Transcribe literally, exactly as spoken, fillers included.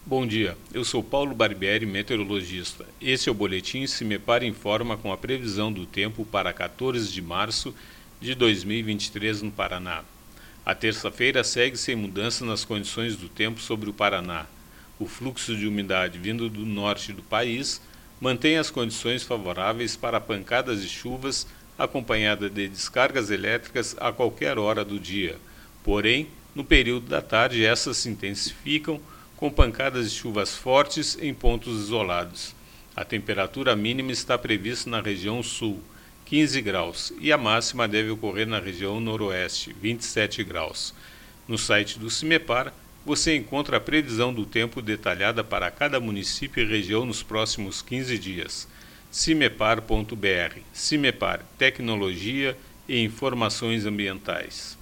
Bom dia, eu sou Paulo Barbieri, meteorologista. Esse é o boletim CIMEPAR Informa com a previsão do tempo para quatorze de março de dois mil e vinte e três no Paraná. A terça-feira segue sem mudança nas condições do tempo sobre o Paraná. O fluxo de umidade vindo do norte do país mantém as condições favoráveis para pancadas de chuvas acompanhada de descargas elétricas a qualquer hora do dia. Porém, no período da tarde essas se intensificam com pancadas de chuvas fortes em pontos isolados. A temperatura mínima está prevista na região sul, quinze graus, e a máxima deve ocorrer na região noroeste, vinte e sete graus. No site do CIMEPAR, você encontra a previsão do tempo detalhada para cada município e região nos próximos quinze dias. cimepar ponto br. CIMEPAR, Tecnologia e Informações Ambientais.